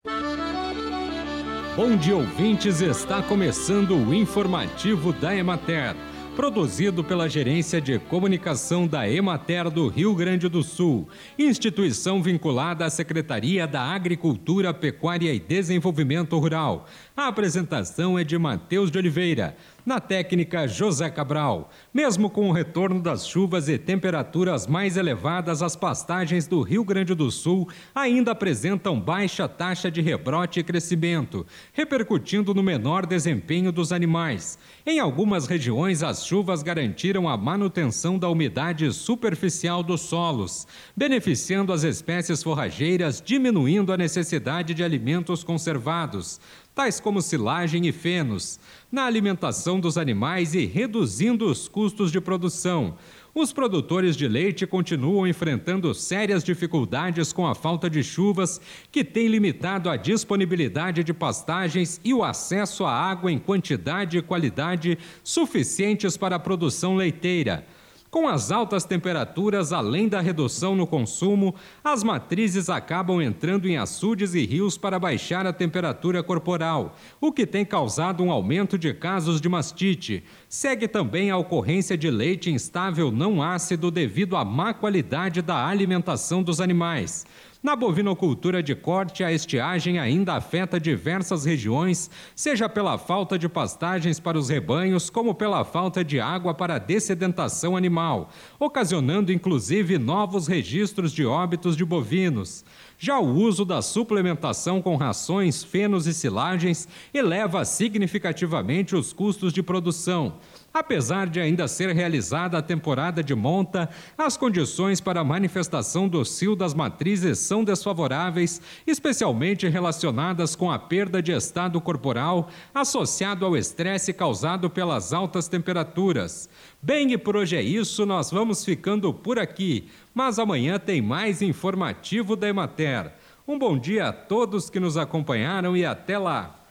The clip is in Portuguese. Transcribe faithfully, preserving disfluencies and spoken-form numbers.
Bom dia, ouvintes, está começando o informativo da Emater, produzido pela Gerência de Comunicação da Emater do Rio Grande do Sul, instituição vinculada à Secretaria da Agricultura, Pecuária e Desenvolvimento Rural. A apresentação é de Matheus de Oliveira. Na técnica, José Cabral. Mesmo com o retorno das chuvas e temperaturas mais elevadas, as pastagens do Rio Grande do Sul ainda apresentam baixa taxa de rebrote e crescimento, repercutindo no menor desempenho dos animais. Em algumas regiões, as chuvas garantiram a manutenção da umidade superficial dos solos, beneficiando as espécies forrageiras, diminuindo a necessidade de alimentos conservados, tais como silagem e fenos, na alimentação dos animais e reduzindo os custos de produção. Os produtores de leite continuam enfrentando sérias dificuldades com a falta de chuvas, que tem limitado a disponibilidade de pastagens e o acesso à água em quantidade e qualidade suficientes para a produção leiteira. Com as altas temperaturas, além da redução no consumo, as matrizes acabam entrando em açudes e rios para baixar a temperatura corporal, o que tem causado um aumento de casos de mastite. Segue também a ocorrência de leite instável não ácido devido à má qualidade da alimentação dos animais. Na bovinocultura de corte, a estiagem ainda afeta diversas regiões, seja pela falta de pastagens para os rebanhos, como pela falta de água para a dessedentação animal, ocasionando inclusive novos registros de óbitos de bovinos. Já o uso da suplementação com rações, fenos e silagens eleva significativamente os custos de produção. Apesar de ainda ser realizada a temporada de monta, as condições para a manifestação do cio das matrizes são desfavoráveis, especialmente relacionadas com a perda de estado corporal associado ao estresse causado pelas altas temperaturas. Bem, e por hoje é isso, nós vamos ficando por aqui, mas amanhã tem mais informativo da Emater. Um bom dia a todos que nos acompanharam e até lá!